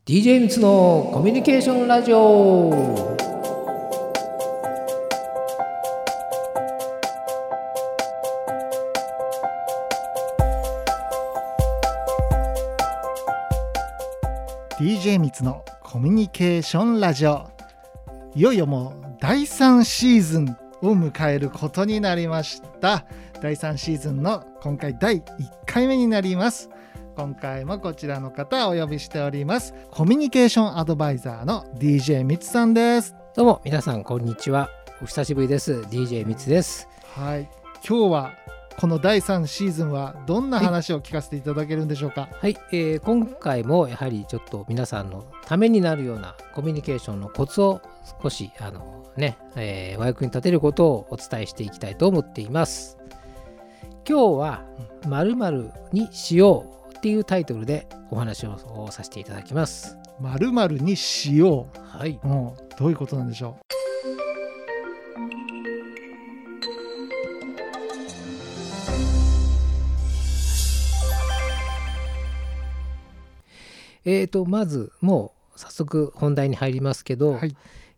DJ みつのコミュニケーションラジオ。 DJ みつのコミュニケーションラジオ、いよいよもう第3シーズンを迎えることになりました。第3シーズンの今回第1回目になります。今回もこちらの方をお呼びしております。コミュニケーションアドバイザーの DJ みつさんです。 どうも皆さんこんにちは、お久しぶりです。 DJ みつです。 はい、今日はこの第3シーズンはどんな話を聞かせていただけるんでしょうか。 はい、今回もやはりちょっと皆さんのためになるようなコミュニケーションのコツを少しお役に立てることをお伝えしていきたいと思っています。今日は〇〇にしようっていうタイトルでお話をさせていただきます。 〇〇にしよう、 はい、 どういうことなんでしょう。まずもう早速本題に入りますけど、 はい、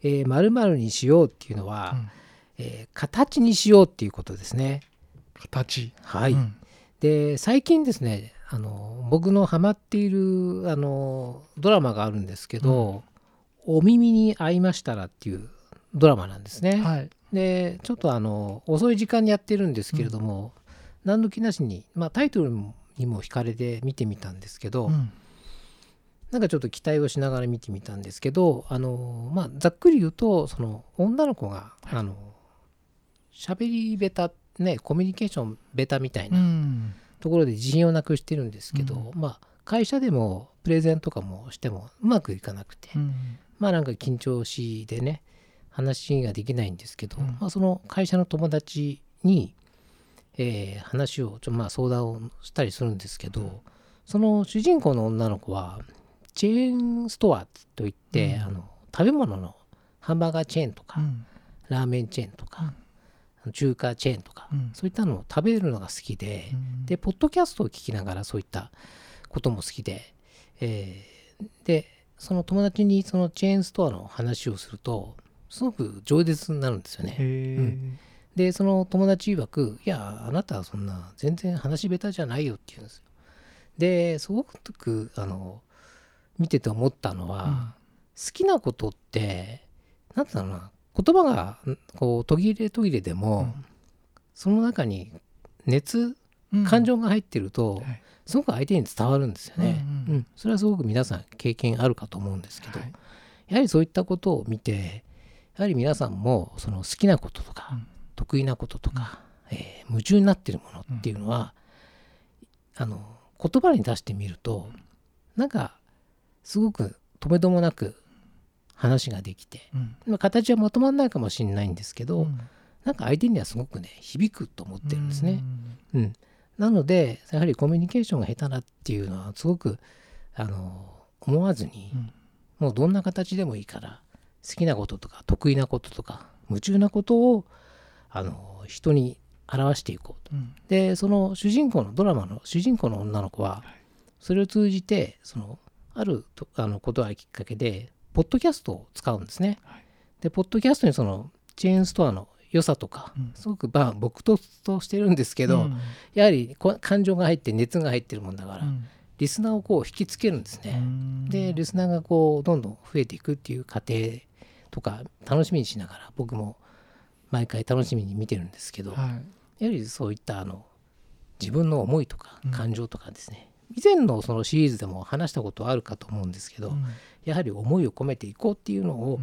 〇〇にしようっていうのは、形にしようっていうことですね。 形。 はい、で最近ですね、僕のハマっているドラマがあるんですけど、お耳に合いましたらっていうドラマなんですね。 はい、 でちょっと遅い時間にやってるんですけれども、何の気なしに、タイトルにも惹かれて見てみたんですけど、なんかちょっと期待をしながら見てみたんですけど、ざっくり言うと、その女の子が喋り下手ね、コミュニケーション下手みたいなところで自信をなくしてるんですけど、会社でもプレゼンとかもしてもうまくいかなくて、なんか緊張しでね話ができないんですけど、その会社の友達に、話を相談をしたりするんですけど、その主人公の女の子はチェーンストアといって、食べ物のハンバーガーチェーンとか、ラーメンチェーンとか、中華チェーンとか、そういったのを食べるのが好きで、でポッドキャストを聞きながらそういったことも好きで、でその友達にそのチェーンストアの話をするとすごく饒舌になるんですよね。でその友達曰く、いやあなたはそんな全然話下手じゃないよって言うんですよ。ですごく見てて思ったのは、好きなことってなんだろうな、言葉がこう途切れ途切れでも、その中に熱、感情が入ってると、すごく相手に伝わるんですよね。それはすごく皆さん経験あるかと思うんですけど、やはりそういったことを見て、やはり皆さんもその好きなこととか、得意なこととか、夢中になっているものっていうのは、言葉に出してみるとなんかすごく止めどもなく話ができて、形はまとまらないかもしれないんですけど、なんか相手にはすごくね響くと思ってるんですね。なのでやはりコミュニケーションが下手なっていうのはすごく思わずに、もうどんな形でもいいから好きなこととか得意なこととか夢中なことを人に表していこうと。でそのドラマの主人公の女の子はそれを通じてあることがきっかけでポッドキャストを使うんですね。でポッドキャストにそのチェーンストアの良さとか、すごく僕としてるんですけど、やはり感情が入って熱が入ってるもんだから、リスナーをこう引きつけるんですね。でリスナーがこうどんどん増えていくっていう過程とか楽しみにしながら僕も毎回楽しみに見てるんですけど、やはりそういった自分の思いとか感情とかですね、以前のそのシリーズでも話したことあるかと思うんですけど、やはり思いを込めていこうっていうのを、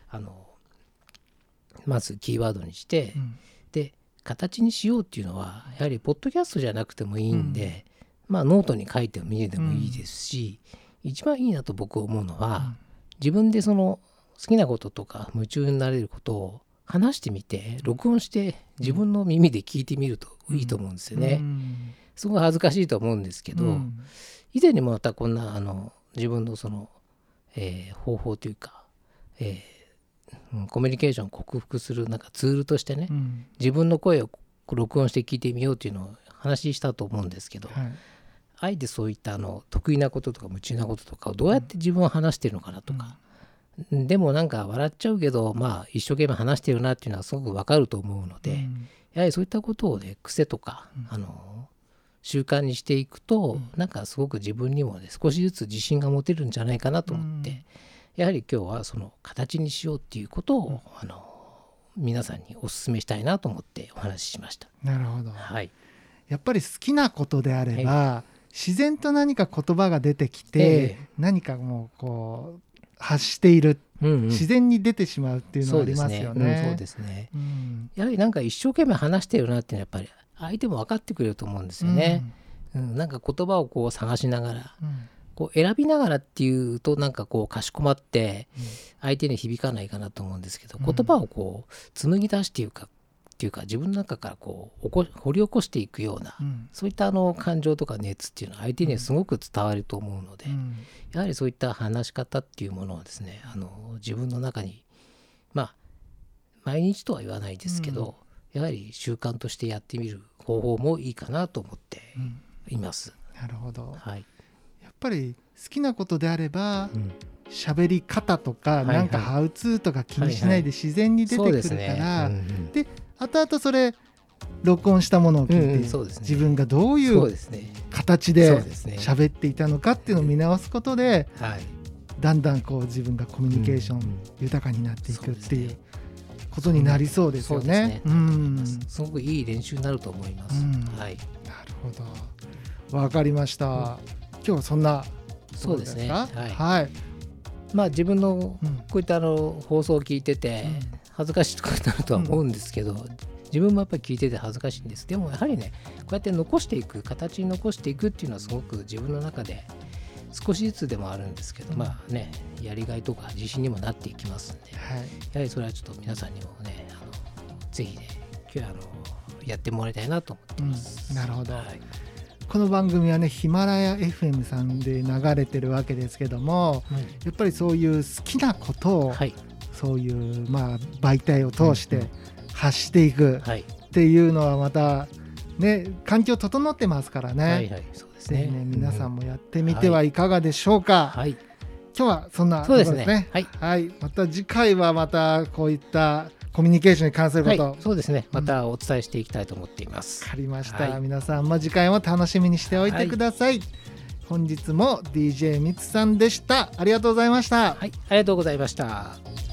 まずキーワードにして、で形にしようっていうのはやはりポッドキャストじゃなくてもいいんで、ノートに書いてみるでもいいですし、一番いいなと僕は思うのは、自分でその好きなこととか夢中になれることを話してみて録音して自分の耳で聞いてみるといいと思うんですよね。すごい恥ずかしいと思うんですけど、以前にもまたこんな自分のその、方法というか、コミュニケーションを克服するなんかツールとしてね、自分の声を録音して聞いてみようというのを話したと思うんですけど、 あえてそういった得意なこととか夢中なこととかをどうやって自分は話してるのかなとか、でもなんか笑っちゃうけど一生懸命話してるなっていうのはすごくわかると思うので、やはりそういったことをね癖とか、習慣にしていくと、なんかすごく自分にもね少しずつ自信が持てるんじゃないかなと思って、やはり今日はその形にしようっていうことを、皆さんにお勧めしたいなと思ってお話ししました。 なるほど、 はい、 やっぱり好きなことであれば、自然と何か言葉が出てきて、何かもうこう発している、自然に出てしまうっていうのはありますよね。 そうですね、やはりなんか一生懸命話してるなっていうのはやっぱり相手も分かってくれると思うんですよね。なんか言葉をこう探しながら、こう選びながらっていうとなんかこうかしこまって相手に響かないかなと思うんですけど、言葉をこう紡ぎ出していうか自分の中からこう掘り起こしていくような、そういった感情とか熱っていうのは相手にはすごく伝わると思うので、やはりそういった話し方っていうものをですね、自分の中に毎日とは言わないですけど、やはり習慣としてやってみる方法もいいかなと思っています。 なるほど、 はい、 やっぱり好きなことであれば、喋り方とか、なんかハウツーとか気にしないで自然に出てくるから、で後々それ録音したものを聞いて、自分がどういう形で喋っていたのかっていうのを見直すことで、だんだんこう自分がコミュニケーション豊かになっていくっていうことになりそうですよね。 すごくいい練習になると思います。 なるほど、わかりました。今日はそんなそうですね。自分のこういった放送を聞いてて恥ずかしくなるとは思うんですけど、自分もやっぱり聞いてて恥ずかしいんです。でもやはりね、こうやって残していく、形に残していくっていうのはすごく自分の中で少しずつでもあるんですけど、やりがいとか自信にもなっていきますんで、やはりそれはちょっと皆さんにもねぜひね今日やってもらいたいなと思ってます。 なるほど、この番組はねヒマラヤ FM さんで流れてるわけですけども、やっぱりそういう好きなことを、そういう媒体を通して発していくっていうのはまたね環境整ってますからね。そうですね、皆さんもやってみてはいかがでしょうか。今日はそんなところですね。また次回はまたこういったコミュニケーションに関すること、 そうですね、またお伝えしていきたいと思っています。 わかりました、皆さんも次回も楽しみにしておいてください。本日も DJ みつさんでした。ありがとうございました。 ありがとうございました。